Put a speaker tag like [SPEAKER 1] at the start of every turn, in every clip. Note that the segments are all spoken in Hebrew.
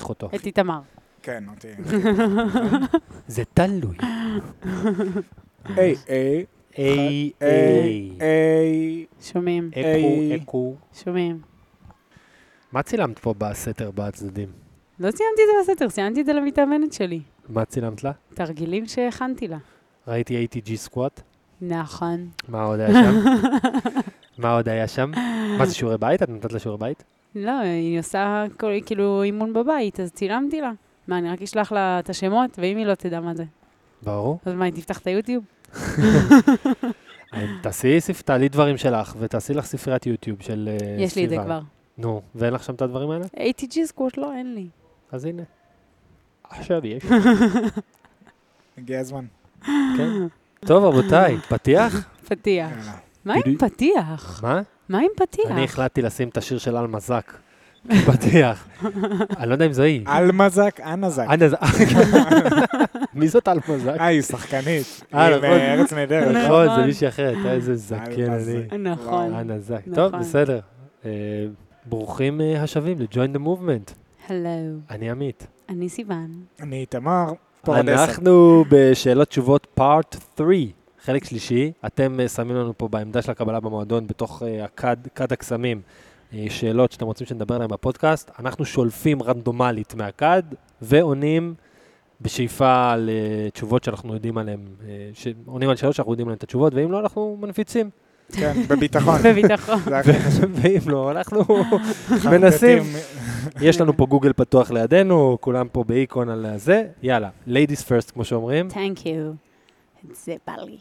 [SPEAKER 1] אותו.
[SPEAKER 2] את איתמר.
[SPEAKER 3] כן, אותי.
[SPEAKER 1] זה תלוי.
[SPEAKER 2] שומעים.
[SPEAKER 1] אקו.
[SPEAKER 2] שומעים.
[SPEAKER 1] מה צילמת פה בסתר בצדדים?
[SPEAKER 2] לא ציינתי את זה בסתר, ציינתי את זה למתאמנת שלי.
[SPEAKER 1] מה צילמת לה?
[SPEAKER 2] תרגילים שהכנתי לה.
[SPEAKER 1] ראיתי ATG סקואט.
[SPEAKER 2] נכון.
[SPEAKER 1] מה עוד היה שם? מה עוד היה שם? מה זה שיעורי בית? את נתת לה שיעורי בית?
[SPEAKER 2] לא, היא עושה כאילו אימון בבית, אז צילמתי לה. מה, אני רק אשלח לה את השמות, ואם היא לא תדע מה זה.
[SPEAKER 1] ברור.
[SPEAKER 2] אז מה, היא תפתח את היוטיוב?
[SPEAKER 1] תעלי דברים שלך, ותעשי לך ספריית יוטיוב של סיוון.
[SPEAKER 2] יש לי את זה כבר.
[SPEAKER 1] נו, ואין לך שם את הדברים האלה?
[SPEAKER 2] ATG סקוט לא, אין לי.
[SPEAKER 1] אז הנה. עכשיו יש.
[SPEAKER 3] הגיע הזמן.
[SPEAKER 1] כן. טוב, רבותיי, פתיח?
[SPEAKER 2] פתיח.
[SPEAKER 3] יאללה.
[SPEAKER 2] מה עם פתיח?
[SPEAKER 1] מה?
[SPEAKER 2] מה עם פתיח?
[SPEAKER 1] אני החלטתי לשים את השיר של אלמזק. פתיח. אני לא יודע אם זו היא.
[SPEAKER 3] אלמזק, אנזק.
[SPEAKER 1] מי זאת אלמזק?
[SPEAKER 3] היא שחקנית.
[SPEAKER 1] נכון.
[SPEAKER 3] עם ארץ נהדרת.
[SPEAKER 1] נכון, זה מישהי אחרת. איזה זקן אני.
[SPEAKER 2] נכון.
[SPEAKER 1] אנזק.
[SPEAKER 2] נכון.
[SPEAKER 1] טוב, בסדר. ברוכים השבים ל-Join the Movement.
[SPEAKER 2] הלו.
[SPEAKER 1] אני עמית.
[SPEAKER 2] אני סיוון.
[SPEAKER 3] אני איתמר, פורדסה.
[SPEAKER 1] אנחנו בשאלות תשובות פארט 3, חלק שלישי. אתם שמים לנו פה בעמדה של הקבלה במועדון, בתוך כד הקסמים, שאלות שאתם רוצים שנדבר עליהן בפודקאסט. אנחנו שולפים רנדומלית מהכד, ועונים בשאיפה לתשובות שאנחנו יודעים עליהן, עונים על שאלות שאנחנו יודעים עליהן את התשובות, ואם לא, אנחנו מנפיצים.
[SPEAKER 3] כן, בביטחון.
[SPEAKER 2] בביטחון.
[SPEAKER 3] זה הכי חשוב.
[SPEAKER 1] ואם לא, אנחנו מנסים. יש לנו פה גוגל פתוח לידינו, כולם פה באיקון על זה. יאללה, ladies first, כמו שאומרים.
[SPEAKER 2] Thank you. זה בא לי.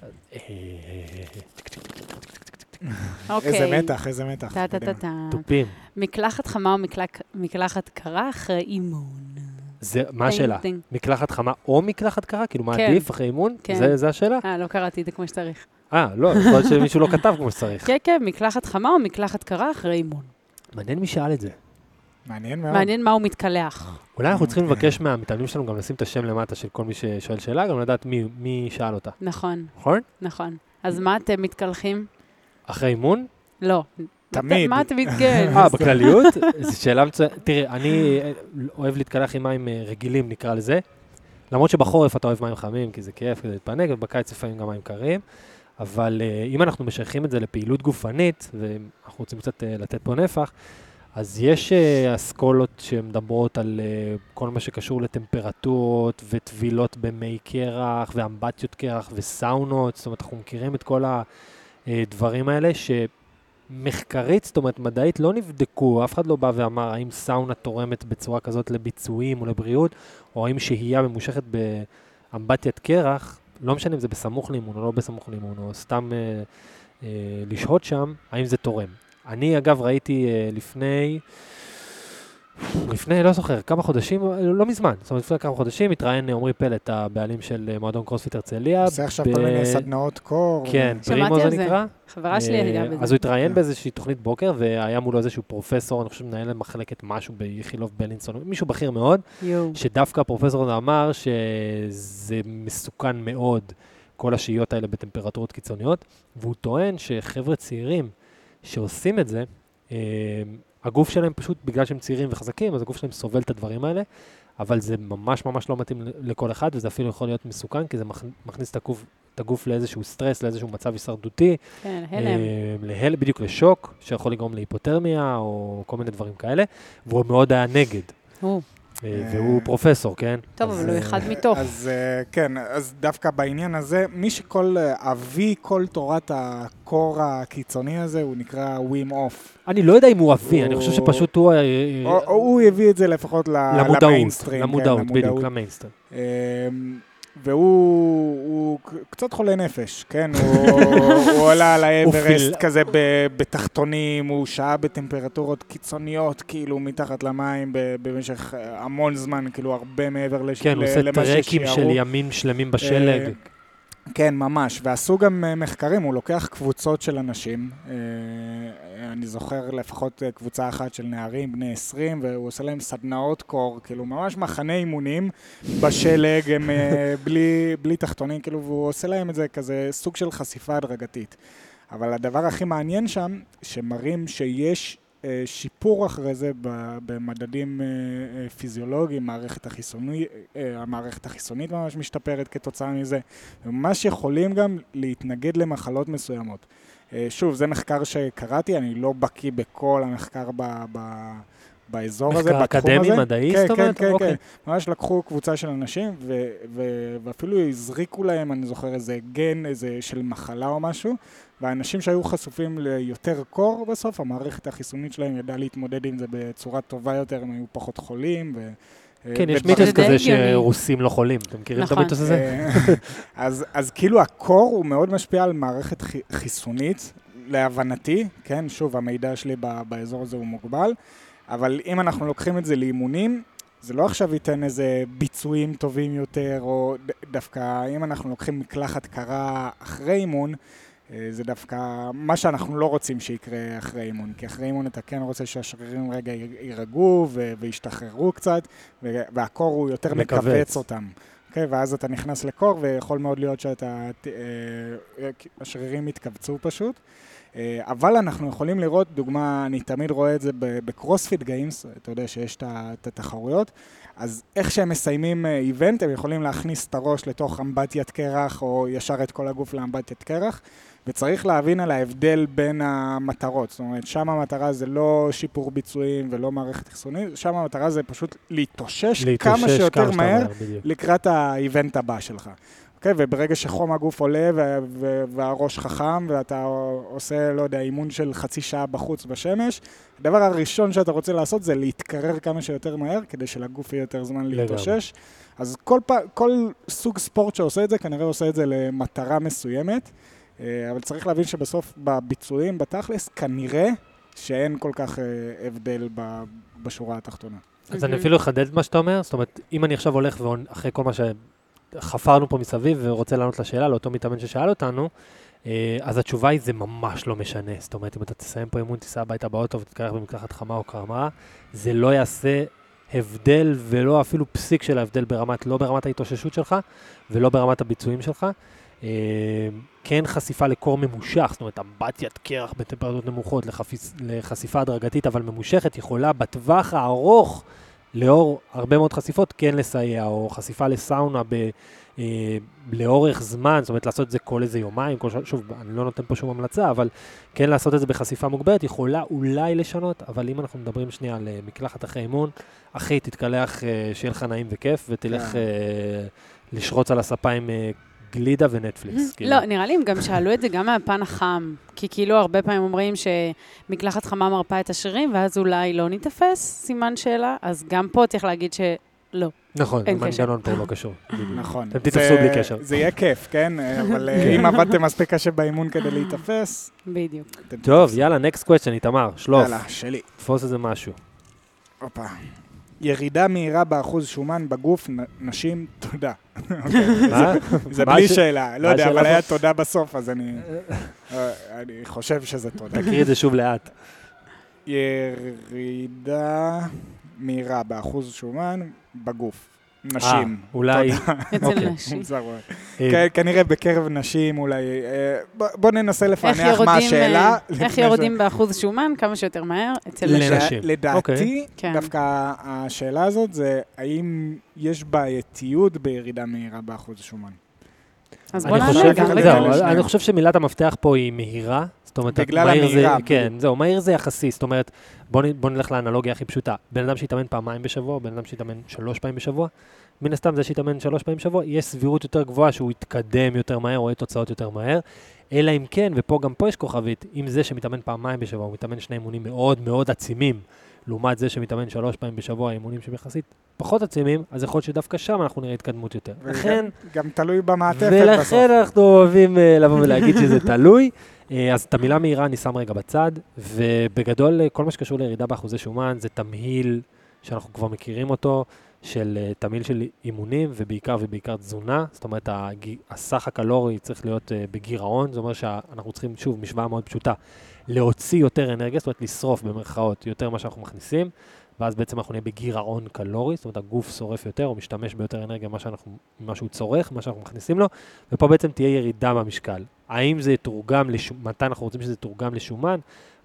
[SPEAKER 3] איזה מתח, איזה מתח.
[SPEAKER 2] טה-טה-טה-טה.
[SPEAKER 1] טופים.
[SPEAKER 2] מקלחת חמה או מקלחת קרה אחרי אימון?
[SPEAKER 1] זה, מה השאלה?
[SPEAKER 2] טינג.
[SPEAKER 1] מקלחת חמה או מקלחת קרה? כאילו, מה
[SPEAKER 2] כן.
[SPEAKER 1] עדיף אחרי אימון?
[SPEAKER 2] כן.
[SPEAKER 1] זה השאלה?
[SPEAKER 2] לא קראתי את זה כמו שצריך.
[SPEAKER 1] לא, יכול להיות שמישהו לא כתב כמו שצריך.
[SPEAKER 2] כן, כן, מקלחת חמה או מקלחת קרה אחרי אימון?
[SPEAKER 1] מעניין מי שאל את זה.
[SPEAKER 3] מעניין מאוד.
[SPEAKER 2] מעניין מה הוא מתקלח.
[SPEAKER 1] אולי אנחנו צריכים לבקש מהמתאמנים שלנו גם לשים את השם למטה של כל מי ששואל שאלה, גם לדעת מי שאל אותה.
[SPEAKER 2] נכון,
[SPEAKER 1] נכון?
[SPEAKER 2] נכון. אז מה אתם מתקלחים?
[SPEAKER 1] אחרי אימון?
[SPEAKER 2] לא.
[SPEAKER 3] תמיד.
[SPEAKER 2] מה אתם מתקלחים?
[SPEAKER 1] בכלליות? זו שאלה מצוינת. תראה, אני אוהב להתקלח עם מים רגילים, נקרא לזה. למרות שבחורף אתה אוהב מים חמים, כי זה כיף, כדי להתפנק, ובקיץ לפעמים גם מים קרים. אבל אם אנחנו משייכים את זה לפעילות גופנית, ואנחנו רוצים קצת לתת פה נפח, אז יש אסכולות שמדברות על כל מה שקשור לטמפרטורות וטבילות במי קרח ואמבטיות קרח וסאונות. זאת אומרת, אנחנו מכירים את כל הדברים האלה שמחקרית, זאת אומרת, מדעית לא נבדקו, אף אחד לא בא ואמר האם סאונה תורמת בצורה כזאת לביצועים או לבריאות, או האם שהייה ממושכת באמבטיית קרח, לא משנה אם זה בסמוך לאימון או לא בסמוך לאימון, או סתם לשהות שם, האם זה תורם. אני אגב ראיתי לפני, לא זוכר, כמה חודשים, לא מזמן, זאת אומרת לפני כמה חודשים, התראיין עומרי פלט, הבעלים של מועדון קרוספיט הרצליה.
[SPEAKER 3] עושה עכשיו כל מיני סדנאות קור.
[SPEAKER 1] כן, פרימו זה נקרא.
[SPEAKER 2] חברה שלי הייתה בזה.
[SPEAKER 1] אז הוא התראיין באיזושהי תוכנית בוקר, והיה מולו איזשהו פרופסור, אני חושב מנהל מחלקת משהו ביחילוב בלינסון, מישהו בכיר מאוד, שדווקא הפרופסור אמר שזה מסוכן מאוד, כל השהיות האלה בטמפרטורות קיצוניות, והוא טוען שחבר'ה צעירים שעושים את זה, הגוף שלהם פשוט, בגלל שהם צעירים וחזקים, אז הגוף שלהם סובל את הדברים האלה, אבל זה ממש ממש לא מתאים לכל אחד, וזה אפילו יכול להיות מסוכן, כי זה מכניס את הגוף לאיזשהו סטרס, לאיזשהו מצב הישרדותי.
[SPEAKER 2] כן, הלם.
[SPEAKER 1] בדיוק לשוק, שיכול לגרום להיפותרמיה, או כל מיני דברים כאלה, והוא מאוד היה נגד. והוא פרופסור, כן?
[SPEAKER 2] טוב, אבל הוא אחד מתוך.
[SPEAKER 3] אז כן, אז דווקא בעניין הזה, מי שכל אבי כל תורת הקור הקיצוני הזה, הוא נקרא ווים אוף.
[SPEAKER 1] אני לא יודע אם הוא אבי, אני חושב שפשוט הוא...
[SPEAKER 3] הוא הביא את זה לפחות למיינסטרים.
[SPEAKER 1] למודעות, בדיוק, למיינסטרים.
[SPEAKER 3] והוא קצת חולה נפש, כן? הוא עלה על האברסט כזה בתחתונים, הוא שעה בטמפרטורות קיצוניות, כאילו מתחת למים במשך המון זמן, כאילו הרבה מעבר למה ששיערו.
[SPEAKER 1] כן, הוא עושה טרקים של ימים שלמים בשלג.
[SPEAKER 3] כן, ממש, ועשו גם מחקרים, הוא לוקח קבוצות של אנשים, אני זוכר לפחות קבוצה אחת של נערים, בני 20, והוא עושה להם סדנאות קור, כאילו ממש מחנה אימונים בשלג, הם בלי תחתונים, כאילו, והוא עושה להם את זה כזה סוג של חשיפה הדרגתית. אבל הדבר הכי מעניין שם, שמראים שיש שיפור אחרי זה במדדים פיזיולוגיים, המערכת החיסונית ממש משתפרת כתוצאה מזה, וממש יכולים גם להתנגד למחלות מסוימות. שוב, זה מחקר שקראתי, אני לא בקיא בכל המחקר באזור הזה, בתחום הזה.
[SPEAKER 1] מחקר אקדמי, מדעי, זאת אומרת?
[SPEAKER 3] כן, כן. ממש לקחו קבוצה של אנשים, ואפילו הזריקו להם, אני זוכר, איזה גן, של מחלה או משהו, והאנשים שהיו חשופים ליותר קור בסוף, המערכת החיסונית שלהם ידעה להתמודד עם זה בצורה טובה יותר, הם היו פחות חולים.
[SPEAKER 1] כן, יש מיתוס כזה שרוסים לא חולים, אתם מכירים את המיתוס הזה?
[SPEAKER 3] אז כאילו הקור הוא מאוד משפיע על מערכת חיסונית, להבנתי, כן, שוב, המידע שלי באזור הזה הוא מוגבל, אבל אם אנחנו לוקחים את זה לאימונים, זה לא עכשיו ייתן איזה ביצועים טובים יותר, או דווקא אם אנחנו לוקחים מקלחת קרה אחרי אימון, זה דווקא מה שאנחנו לא רוצים שיקרה אחרי אימון, כי אחרי אימון אתה כן רוצה שהשרירים רגע יירגעו וישתחררו קצת, והקור הוא יותר מקבץ אותם. אוקיי, ואז אתה נכנס לקור, ויכול מאוד להיות שהשרירים מתכווצו פשוט. אבל אנחנו יכולים לראות, דוגמה, אני תמיד רואה את זה בקרוספיט גיימס, אתה יודע שיש את התחרויות, אז איך שהם מסיימים איבנט, הם יכולים להכניס את הראש לתוך אמבטיית קרח, או ישר את כל הגוף לאמבטיית קרח, וצריך להבין על ההבדל בין המטרות. זאת אומרת, שם המטרה זה לא שיפור ביצועים ולא מערכת חיסונית, שם המטרה זה פשוט להתאושש כמה שיותר מהר לקראת האיבנט הבא שלך. אוקיי, וברגע שחום הגוף עולה והראש חכם, ואתה עושה, לא יודע, אימון של חצי שעה בחוץ בשמש, הדבר הראשון שאתה רוצה לעשות זה להתקרר כמה שיותר מהר, כדי שלגוף יהיה יותר זמן להתאושש. אז כל סוג ספורט שעושה את זה, כנראה עושה את זה למטרה מסוימת, אבל צריך להבין שבסוף בביצועים, בתכלס, כנראה שאין כל כך הבדל בשורה התחתונה.
[SPEAKER 1] אז אני אפילו אחדד את מה שאתה אומר, זאת אומרת, אם אני עכשיו הולך אחרי כל מה שחפרנו פה מסביב ורוצה לענות לשאלה, לאותו מתאמן ששאל אותנו, אז התשובה היא, זה ממש לא משנה. זאת אומרת, אם אתה תסיים פה אימון, תיסע הביתה באוטו ותתקרח במקלחת חמה או קרמה, זה לא יעשה הבדל ולא אפילו פסיק של ההבדל לא ברמת ההתאוששות שלך ולא ברמת הביצועים שלך. כן חשיפה לקור ממושך, זאת אומרת, אמבטיית קרח בטמפרטורות נמוכות, לחשיפה הדרגתית אבל ממושכת, יכולה בטווח הארוך, לאור הרבה מאוד חשיפות, כן לסייע, או חשיפה לסאונה לאורך זמן, זאת אומרת, לעשות את זה כל איזה יומיים, שוב, אני לא נותן פה שום המלצה, אבל כן לעשות את זה בחשיפה מוגברת, יכולה אולי לשנות, אבל אם אנחנו מדברים שנייה על מקלחת אחרי אימון, אחי, תתקלח, שיהיה לך נעים וכיף, ותלך לשרוץ על הספה עם גלידה ונטפליקס.
[SPEAKER 2] לא, נראה לי הם גם שאלו את זה גם מהפן החם, כי כאילו הרבה פעמים אומרים שמקלחת חמה מרפאה את השרירים, ואז אולי לא נתפס, סימן שאלה, אז גם פה צריך להגיד שלא.
[SPEAKER 1] נכון, המנגנון פה לא קשור.
[SPEAKER 3] נכון.
[SPEAKER 1] אתם תתפסו בלי קשר.
[SPEAKER 3] זה יהיה כיף, כן? אבל אם עבדתם מספיק קשה באימון כדי להתאפס...
[SPEAKER 2] בדיוק.
[SPEAKER 1] טוב, יאללה, next question, איתמר, שלוף.
[SPEAKER 3] יאללה, שלי.
[SPEAKER 1] תפוס איזה משהו.
[SPEAKER 3] הופה. ירידה מהירה באחוז שומן בגוף, נשים, תודה.
[SPEAKER 1] מה?
[SPEAKER 3] זה בלי שאלה. לא יודע, אבל היה תודה בסוף, אז אני חושב שזה תודה.
[SPEAKER 1] תקריא את זה שוב לאט.
[SPEAKER 3] ירידה מהירה באחוז שומן בגוף. נשים.
[SPEAKER 1] אולי.
[SPEAKER 2] אצל נשים.
[SPEAKER 3] כנראה בקרב נשים, אולי. בוא ננסה לפענח מה השאלה.
[SPEAKER 2] איך יורדים באחוז שומן כמה שיותר מהר אצל
[SPEAKER 1] נשים.
[SPEAKER 3] לדעתי, דווקא השאלה הזאת זה, האם יש בעייתיות בירידה מהירה באחוז שומן?
[SPEAKER 2] אז בוא נענה גם וגם.
[SPEAKER 1] אני חושב שמילת המפתח פה היא מהירה.
[SPEAKER 3] בגלל המהירה.
[SPEAKER 1] כן, זהו, מהיר זה יחסי, זאת אומרת, בוא נלך לאנלוגיה הכי פשוטה. בן אדם שיתאמן פעמיים בשבוע, בן אדם שיתאמן 3 פעמים בשבוע, מן הסתם זה שיתאמן 3 פעמים בשבוע, יש סבירות יותר גבוהה שהוא יתקדם יותר מהר, או יהיה תוצאות יותר מהר, אלא אם כן, ופה יש כוכבית, אם זה שמתאמן פעמיים בשבוע, הוא מתאמן 2 אימונים מאוד מאוד עצימים, לעומת זה שמתאמן 3 פעמים בשבוע, אימונים שמחסית פחות עצימים, אז יכול להיות שדווקא שם אנחנו נראה התקדמות יותר.
[SPEAKER 3] גם תלוי במעטפת בסוף.
[SPEAKER 1] ולכן אנחנו אוהבים לבוא ולהגיד שזה תלוי. אז את המילה מהירה אני שם רגע בצד, ובגדול כל מה שקשור לירידה באחוזי שומן זה תמהיל שאנחנו כבר מכירים אותו, של תמהיל של אימונים ובעיקר תזונה, זאת אומרת הסך הקלורי צריך להיות בגירעון, זאת אומרת שאנחנו צריכים שוב משוואה מאוד פשוטה, להוציא יותר אנרגיה, זאת אומרת לשרוף במרכאות יותר מה שאנחנו מכניסים, ואז בעצם אנחנו נהיה בגירעון קלורי, זאת אומרת הגוף שורף יותר, או משתמש ביותר אנרגיה ממה שהוא צורך, מה שאנחנו מכניסים לו, ופה בעצם תהיה ירידה במשקל. האם זה יתורגם, מתי אנחנו רוצים שזה יתורגם לשומן?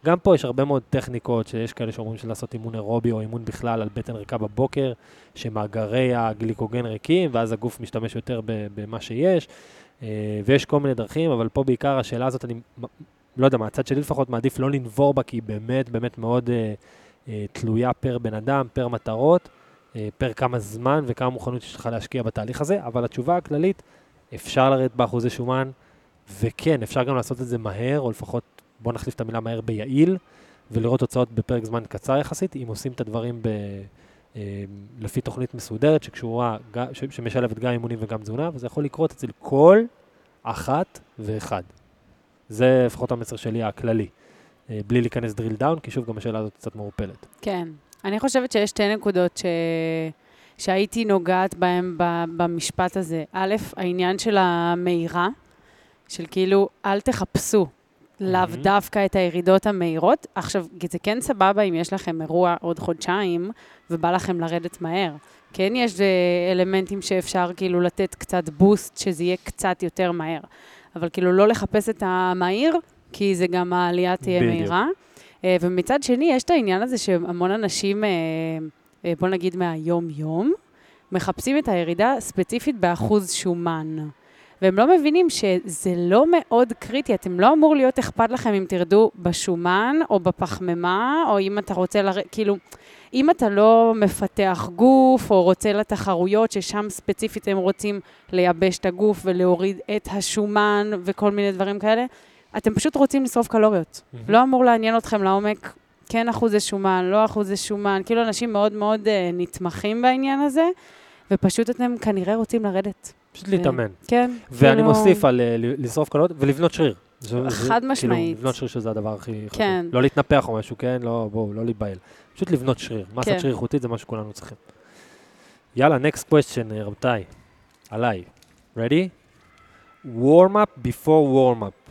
[SPEAKER 1] גם פה יש הרבה מאוד טכניקות, שיש כאלה שאומרים של לעשות אימון אירובי או אימון בכלל על בטן ריקה בבוקר, שמאגרי הגליקוגן ריקים, ואז הגוף משתמש יותר במה שיש, ויש כל מיני דרכים, אבל פה בעיקר השאלה הזאת, אני לא יודע, מהצד שלי לפחות מעדיף לא לנבור בה, כי היא באמת, באמת מאוד תלויה פר בן אדם, פר מטרות, פר כמה זמן וכמה מוכנות יש לך להשקיע בתהליך הזה, אבל התשובה הכללית, אפשר לרדת באחוזי שומן, וכן, אפשר גם לעשות את זה מהר, או לפחות בוא נחליף את המילה מהר ביעיל, ולראות תוצאות בפרק זמן קצר יחסית, אם עושים את הדברים לפי תוכנית מסודרת, שמשלבת גם אימונים וגם תזונה, וזה יכול לקרות אצל כל אחת ואחד. זה לפחות המסר שלי הכללי, בלי להיכנס דריל דאון, כי שוב גם השאלה הזאת קצת מעורפלת.
[SPEAKER 2] כן, אני חושבת שיש שתי נקודות שהייתי נוגעת בהן במשפט הזה. א', העניין של המהירה, של כאילו, אל תחפשו לאו דווקא את הירידות המהירות. עכשיו, זה כן סבבה אם יש לכם אירוע עוד חודשיים, ובא לכם לרדת מהר. כן, יש אלמנטים שאפשר כאילו לתת קצת בוסט, שזה יהיה קצת יותר מהר. אבל כאילו לא לחפש את המהיר, כי זה גם העלייה תהיה מהירה. ומצד שני, יש את העניין הזה שהמון אנשים, בוא נגיד מהיום-יום, מחפשים את הירידה ספציפית באחוז שומן. והם לא מבינים שזה לא מאוד קריטי, אתם לא אמור להיות אכפת לכם אם תרדו בשומן או בפחמימה, או אם אתה רוצה כאילו, אם אתה לא מפתח גוף או רוצה לתחרויות, ששם ספציפית הם רוצים לייבש את הגוף ולהוריד את השומן וכל מיני דברים כאלה, אתם פשוט רוצים לשרוף קלוריות. לא אמור לעניין אתכם לעומק, כן אחוזי שומן, לא אחוזי שומן, כאילו אנשים מאוד מאוד נתמכים בעניין הזה, ופשוט אתם כנראה רוצים לרדת.
[SPEAKER 1] פשוט להתאמן.
[SPEAKER 2] כן.
[SPEAKER 1] ואני מוסיף על לשרוף קלוריות ולבנות שריר.
[SPEAKER 2] חד משמעית.
[SPEAKER 1] לבנות שריר שזה הדבר הכי חשוב.
[SPEAKER 2] כן.
[SPEAKER 1] לא להתנפח או משהו, כן? בואו, לא להיבהל. פשוט לבנות שריר. מסת שריר איכותית זה מה שכולנו צריכים. יאללה, next question, רבותיי. עליי. Ready? Warm up before warm up.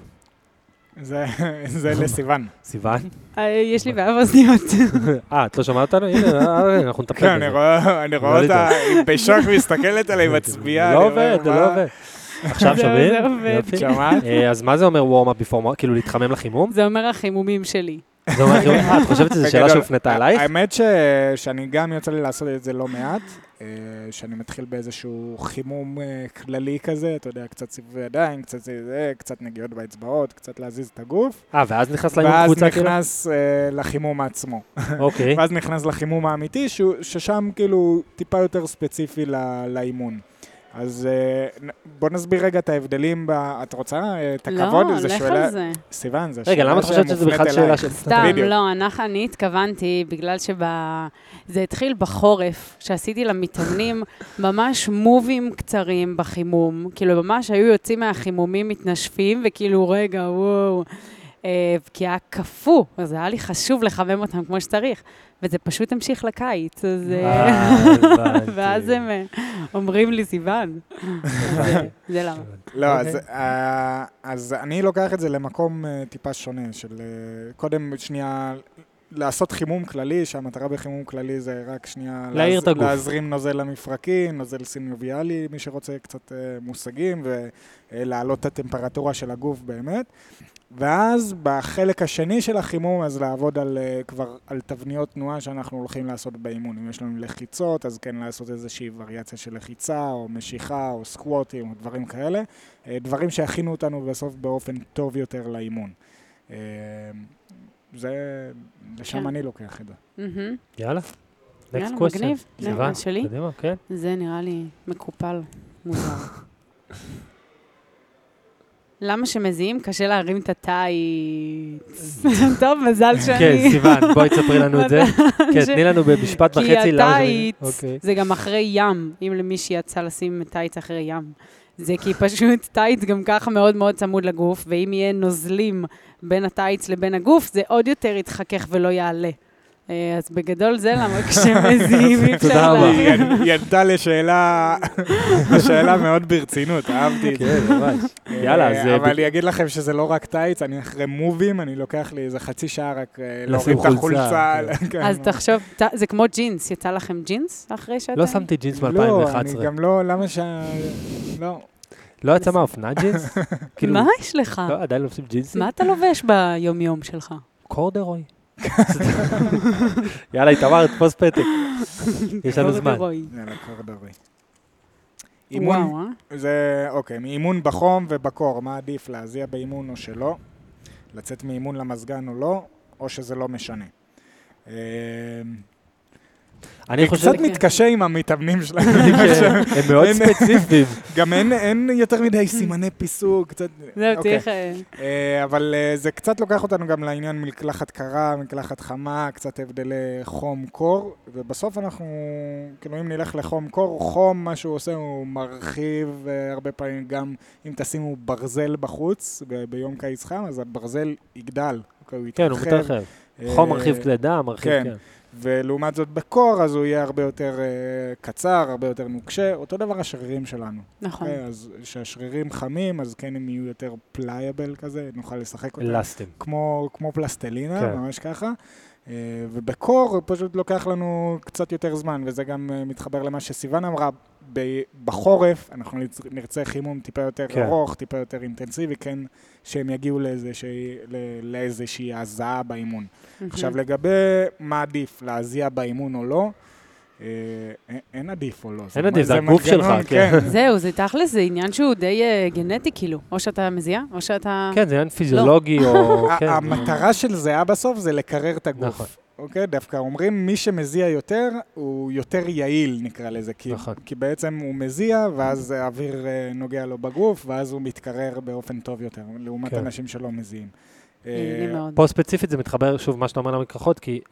[SPEAKER 3] זה לסיוון.
[SPEAKER 1] סיוון?
[SPEAKER 2] יש לי בעיה באוזניות.
[SPEAKER 1] את לא שמעת אותנו? הנה, אנחנו נטפל בזה.
[SPEAKER 3] אני רואה אותה, היא בשוק מסתכלת עליי, מצביעה.
[SPEAKER 1] לא עובד, זה לא עובד. עכשיו שומעים?
[SPEAKER 2] זה עובד.
[SPEAKER 3] שמעת?
[SPEAKER 1] אז מה זה אומר warm up before warm up? כאילו להתחמם לחימום?
[SPEAKER 2] זה אומר החימומים שלי.
[SPEAKER 1] זה אומר חימום? את חושבת שזו שאלה שהופנתה עלייך?
[SPEAKER 3] האמת שאני גם יוצא לי לעשות את זה לא מעט, שאני מתחיל באיזשהו חימום כללי כזה, אתה יודע, קצת סיבובי ידיים, קצת נגיעות באצבעות, קצת להזיז את הגוף.
[SPEAKER 1] ואז נכנס לאימון קבוצה?
[SPEAKER 3] ואז נכנס לחימום עצמו.
[SPEAKER 1] אוקיי.
[SPEAKER 3] ואז נכנס לחימום האמיתי, ששם כאילו טיפה יותר ספציפי לאימון. אז בוא נסביר רגע את ההבדלים, את רוצה את הכבוד?
[SPEAKER 2] לא, לך על זה.
[SPEAKER 3] סיוון, זה
[SPEAKER 1] רגע, למה את חושבת שזה בכלל שאלה של...
[SPEAKER 2] סתם, לא, אני התכוונתי, בגלל זה התחיל בחורף, שעשיתי למתאמנים ממש מובים קצרים בחימום, כאילו ממש היו יוצאים מהחימומים מתנשפים, וכאילו רגע, וואו, כי היה קפוא, אז היה לי חשוב לחמם אותם כמו שצריך, וזה פשוט המשיך לקיץ, אז... ואז הם אומרים לי, סיוון. זה למה.
[SPEAKER 3] לא, אז אני לוקח את זה למקום טיפה שונה, של קודם שנייה לעשות חימום כללי, שהמטרה בחימום כללי זה רק שנייה...
[SPEAKER 1] להעיר את הגוף.
[SPEAKER 3] להזרים נוזל למפרקים, נוזל סינוביאלי, מי שרוצה קצת מושגים, ולהעלות את הטמפרטורה של הגוף באמת. ואז בחלק השני של החימום, אז לעבוד כבר על תבניות תנועה שאנחנו הולכים לעשות באימון. אם יש לנו לחיצות, אז כן לעשות איזושהי וריאציה של לחיצה, או משיכה, או סקווטים, או דברים כאלה. דברים שהכינו אותנו בסוף באופן טוב יותר לאימון. זה, לשם אני לוקח את זה.
[SPEAKER 1] יאללה.
[SPEAKER 2] יאללה, מגניב.
[SPEAKER 1] סיוון,
[SPEAKER 2] שלי?
[SPEAKER 1] קדימה, כן.
[SPEAKER 2] זה נראה לי מקופל, מוזר. למה שמזיעים קשה להרים את הטייץ? טוב, מזל שאני...
[SPEAKER 1] כן, סיוון, בואי תספרי לנו את זה. כן, תני לנו במשפט וחצי.
[SPEAKER 2] כי הטייץ זה גם אחרי ים, אם למישהי יצא לשים טייץ אחרי ים. זה כי פשוט טייץ גם ככה מאוד מאוד צמוד לגוף, ואם יהיה נוזלים בין הטייץ לבין הגוף, זה עוד יותר יתחכך ולא יעלה. אז בגדול זה למה כשמזיעים אי אפשר להרים.
[SPEAKER 3] היא ענתה לשאלה מאוד ברצינות, אהבתי את זה.
[SPEAKER 1] כן, ממש. יאללה, אז...
[SPEAKER 3] אבל אני אגיד לכם שזה לא רק טייץ, אני אחרי מובים, אני לוקח לי איזה חצי שעה רק להוריד את החולצה.
[SPEAKER 2] אז תחשוב, זה כמו ג'ינס, יצא לכם ג'ינס אחרי שאתה?
[SPEAKER 1] לא שמתי ג'ינס מ-2011.
[SPEAKER 3] לא, אני גם לא, למה לא.
[SPEAKER 1] לא יצא מהאופנה ג'ינס?
[SPEAKER 2] מה יש לך?
[SPEAKER 1] לא, עדיין לא עושים ג'ינסים?
[SPEAKER 2] מה אתה לובש ביום-יום שלך?
[SPEAKER 1] קורדרוי. יאללה, איתמר, תפוס פתק. יש לנו זמן.
[SPEAKER 3] יאללה, קורדרוי.
[SPEAKER 2] וואו,
[SPEAKER 3] זה, אוקיי, מאימון בחום ובקור, מה עדיף, להזיע באימון או שלא? לצאת מאימון למזגן או לא, או שזה לא משנה.
[SPEAKER 1] אני חושב...
[SPEAKER 3] קצת מתקשה עם המתאמנים שלהם.
[SPEAKER 1] הם מאוד ספציפיים.
[SPEAKER 3] גם אין יותר מדי סימני פיסוק, קצת...
[SPEAKER 2] זהו, צריך...
[SPEAKER 3] אבל זה קצת לוקח אותנו גם לעניין מקלחת קרה, מקלחת חמה, קצת הבדלי חום קור, ובסוף אנחנו, כאילו אם נלך לחום קור, חום מה שהוא עושה הוא מרחיב הרבה פעמים גם אם תשימו ברזל בחוץ ביום קיץ חם, אז הברזל יגדל.
[SPEAKER 1] כן, הוא מתרחב. חום מרחיב כלי דם, מרחיב, כן.
[SPEAKER 3] ולעומת זאת בקור, אז הוא יהיה הרבה יותר קצר, הרבה יותר נוקשה. אותו דבר השרירים שלנו.
[SPEAKER 2] נכון.
[SPEAKER 3] אז כשהשרירים חמים, אז כן הם יהיו יותר פלייבל כזה, נוכל לשחק אותם.
[SPEAKER 1] אלסטים.
[SPEAKER 3] כמו פלסטלינה, ממש ככה. ובקור פשוט לוקח לנו קצת יותר זמן, וזה גם מתחבר למה שסיוון אמרה. בחורף אנחנו נרצה חימום טיפה יותר ארוך, טיפה יותר אינטנסיבי, כן, שהם יגיעו לאיזושהי הזעה באימון. עכשיו, לגבי מה עדיף, להזיע באימון או לא, אין עדיף או לא.
[SPEAKER 1] אין עדיף, זה הגוף שלך, כן.
[SPEAKER 2] זהו, זה תכלס, זה עניין שהוא די גנטי, כאילו. או שאתה מזיע, או שאתה...
[SPEAKER 1] כן, זה עניין פיזיולוגי, או...
[SPEAKER 3] המטרה של זיעה בסוף זה לקרר את הגוף. אוקיי, דווקא אומרים, מי שמזיע יותר, הוא יותר יעיל, נקרא לזה, כי בעצם הוא מזיע, ואז האוויר נוגע לו בגוף, ואז הוא מתקרר באופן טוב יותר, לעומת אנשים שלא מזיעים.
[SPEAKER 1] פה ספציפית זה מתחבר, שוב, מה שאתה אומר למקרחות, כי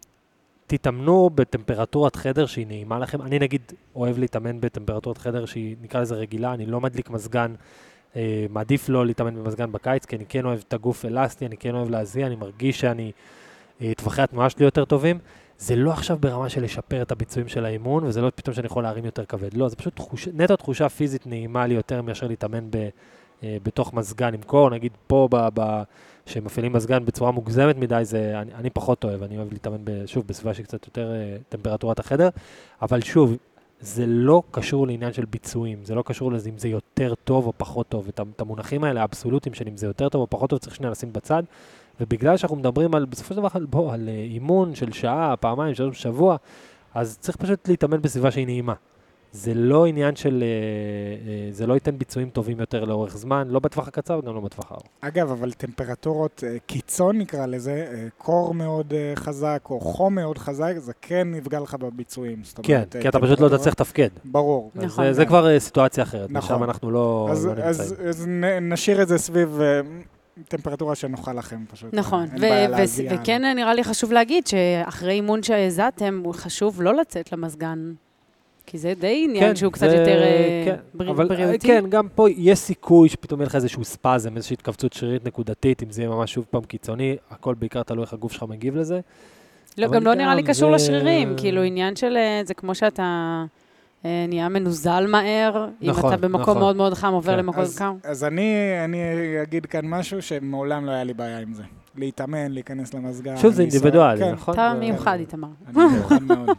[SPEAKER 1] תתאמנו בטמפרטורת חדר שהיא נעימה לכם. אני נגיד אוהב להתאמן בטמפרטורת חדר שהיא, נקרא לזה רגילה, אני לא מדליק מזגן, מעדיף לא להתאמן במזגן בקיץ, כי אני כן אוהב את הגוף אלסטי, אני כן אוהב להזיע, אני מרגיש שאני טווחי התנועה שלי יותר טובים. זה לא עכשיו ברמה של לשפר את הביצועים של האימון, וזה לא פתאום שאני יכול להרים יותר כבד. לא, זה פשוט נטו תחושה פיזית נעימה לי יותר מאשר להתאמן בתוך מזגן עם קור. נגיד פה, שמפעילים מזגן בצורה מוגזמת מדי, אני פחות אוהב. אני אוהב להתאמן שוב בסביבה שקצת יותר טמפרטורת החדר, אבל שוב, זה לא קשור לעניין של ביצועים, זה לא קשור לזה אם זה יותר טוב או פחות טוב. את המונחים האלה, האבסולוטיים של אם זה יותר טוב או פחות טוב, צריך שנייה לשים בצד. ובגלל שאנחנו מדברים בסופו של דבר על אימון של שעה, פעמיים, שלוש שבוע, אז צריך פשוט להתאמן בסביבה שהיא נעימה. זה לא עניין של, זה לא ייתן ביצועים טובים יותר לאורך זמן, לא בטווח הקצר וגם לא בטווח הארוך.
[SPEAKER 3] אגב, אבל טמפרטורות קיצון נקרא לזה, קור מאוד חזק או חום מאוד חזק, זה כן נפגע לך בביצועים.
[SPEAKER 1] כן, כי אתה פשוט לא תצליח תפקד.
[SPEAKER 3] ברור.
[SPEAKER 1] זה כבר סיטואציה אחרת, שם אנחנו לא נמצאים.
[SPEAKER 3] אז נשאיר את זה סביב... טמפרטורה שנוחה לכם פשוט.
[SPEAKER 2] נכון, וכן נראה לי חשוב להגיד שאחרי אימון שהזעתם, הוא חשוב לא לצאת למזגן, כי זה די עניין שהוא קצת יותר בריאותי.
[SPEAKER 1] כן, גם פה יש סיכוי שפתאום יהיה לך איזשהו ספזם, איזושהי התכווצות שרירית נקודתית, אם זה יהיה ממש שוב פעם קיצוני, הכל בעיקר תלוי איך הגוף שלך מגיב לזה.
[SPEAKER 2] לא, גם לא נראה לי קשור לשרירים, כאילו עניין של, זה כמו שאתה... נהיה מנוזל מהר, אם אתה במקום מאוד מאוד חם עובר למקום קר.
[SPEAKER 3] אז אני אגיד כאן משהו שמעולם לא היה לי בעיה עם זה. להתאמן, להיכנס למזגן.
[SPEAKER 1] שוב, זה אינדיבידואלי, נכון?
[SPEAKER 2] אתה מיוחד, איתמר.
[SPEAKER 3] אני מיוחד מאוד.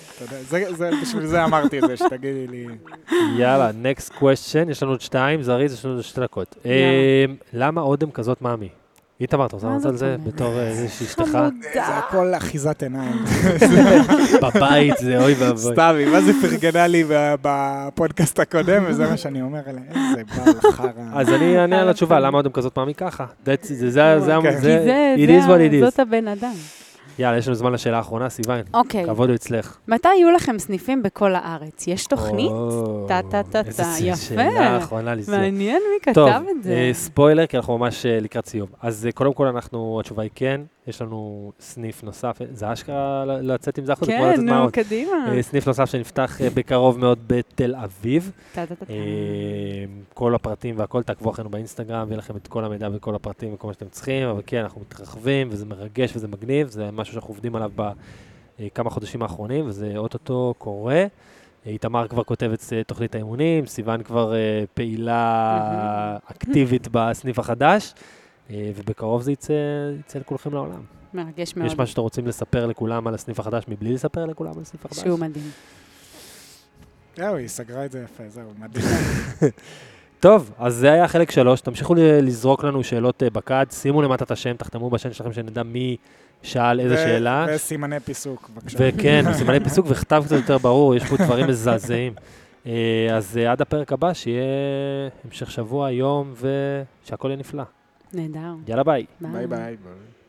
[SPEAKER 3] בשביל זה אמרתי את זה, שתגידי לי.
[SPEAKER 1] יאללה, next question, יש לנו עוד 2, זריז, יש לנו עוד 2 דקות. למה אודם כזאת מאמי? איתמר, אתה רוצה לענות על זה בתור איזושהי אשתך?
[SPEAKER 3] זה הכל אחיזת עיניים.
[SPEAKER 1] בבית זה אוי ואבוי.
[SPEAKER 3] סתם, מה זה פרגנה לי בפודקאסט הקודם, וזה מה שאני אומר עליה, איזה בעל חרא.
[SPEAKER 1] אז אני אענה על התשובה, למה אודם כזאת מאמי ככה? זה,
[SPEAKER 2] זאת הבן אדם.
[SPEAKER 1] יאללה, יש לנו זמן לשאלה האחרונה, סיוון.
[SPEAKER 2] אוקיי.
[SPEAKER 1] כבוד הוא אצלך.
[SPEAKER 2] מתי יהיו לכם סניפים בכל הארץ? יש תוכנית? יפה.
[SPEAKER 1] שאלה האחרונה לזה.
[SPEAKER 2] מעניין מי כתב את זה.
[SPEAKER 1] ספוילר, כי אנחנו ממש לקראת סיום. אז קודם כל התשובה היא כן, יש לנו סניף נוסף, זה אשכרה לצאת עם זה אחוז?
[SPEAKER 2] כן, נו, קדימה.
[SPEAKER 1] סניף נוסף שנפתח בקרוב מאוד בתל אביב. כל הפרטים והכל, תעקבו אחרינו באינסטגרם, ויהיה לכם את כל המידע וכל הפרטים וכל מה שאתם צריכים, אבל כן, אנחנו מתרחבים, וזה מרגש וזה מגניב, זה משהו שאנחנו עובדים עליו בכמה חודשים האחרונים, וזה אוטוטו קורה. איתמר כבר כותב את תוכנית האימונים, סיוון כבר פעילה אקטיבית בסניף החדש, ובקרוב זה יצא לכולכם לעולם.
[SPEAKER 2] מרגש מאוד.
[SPEAKER 1] יש משהו שאתם רוצים לספר לכולם על הסניף החדש, מבלי לספר לכולם על הסניף החדש?
[SPEAKER 2] שהוא מדהים.
[SPEAKER 3] זהו, היא סגרה את זה יפה, זהו, מדהים.
[SPEAKER 1] טוב, אז זה היה חלק 3, תמשיכו לזרוק לנו שאלות בקד, שימו למטה את השם, תחתמו בשם שלכם שנדע מי שאל איזה שאלה.
[SPEAKER 3] וסימני פיסוק, בבקשה.
[SPEAKER 1] וכן, סימני פיסוק וכתב קצת יותר ברור, יש פה דברים מזעזעים. אז עד הפרק הבא, שיהיה המשך שבוע, יום, ושהכל יהיה נפלא.
[SPEAKER 2] נהדר.
[SPEAKER 1] יאללה ביי.
[SPEAKER 3] ביי ביי.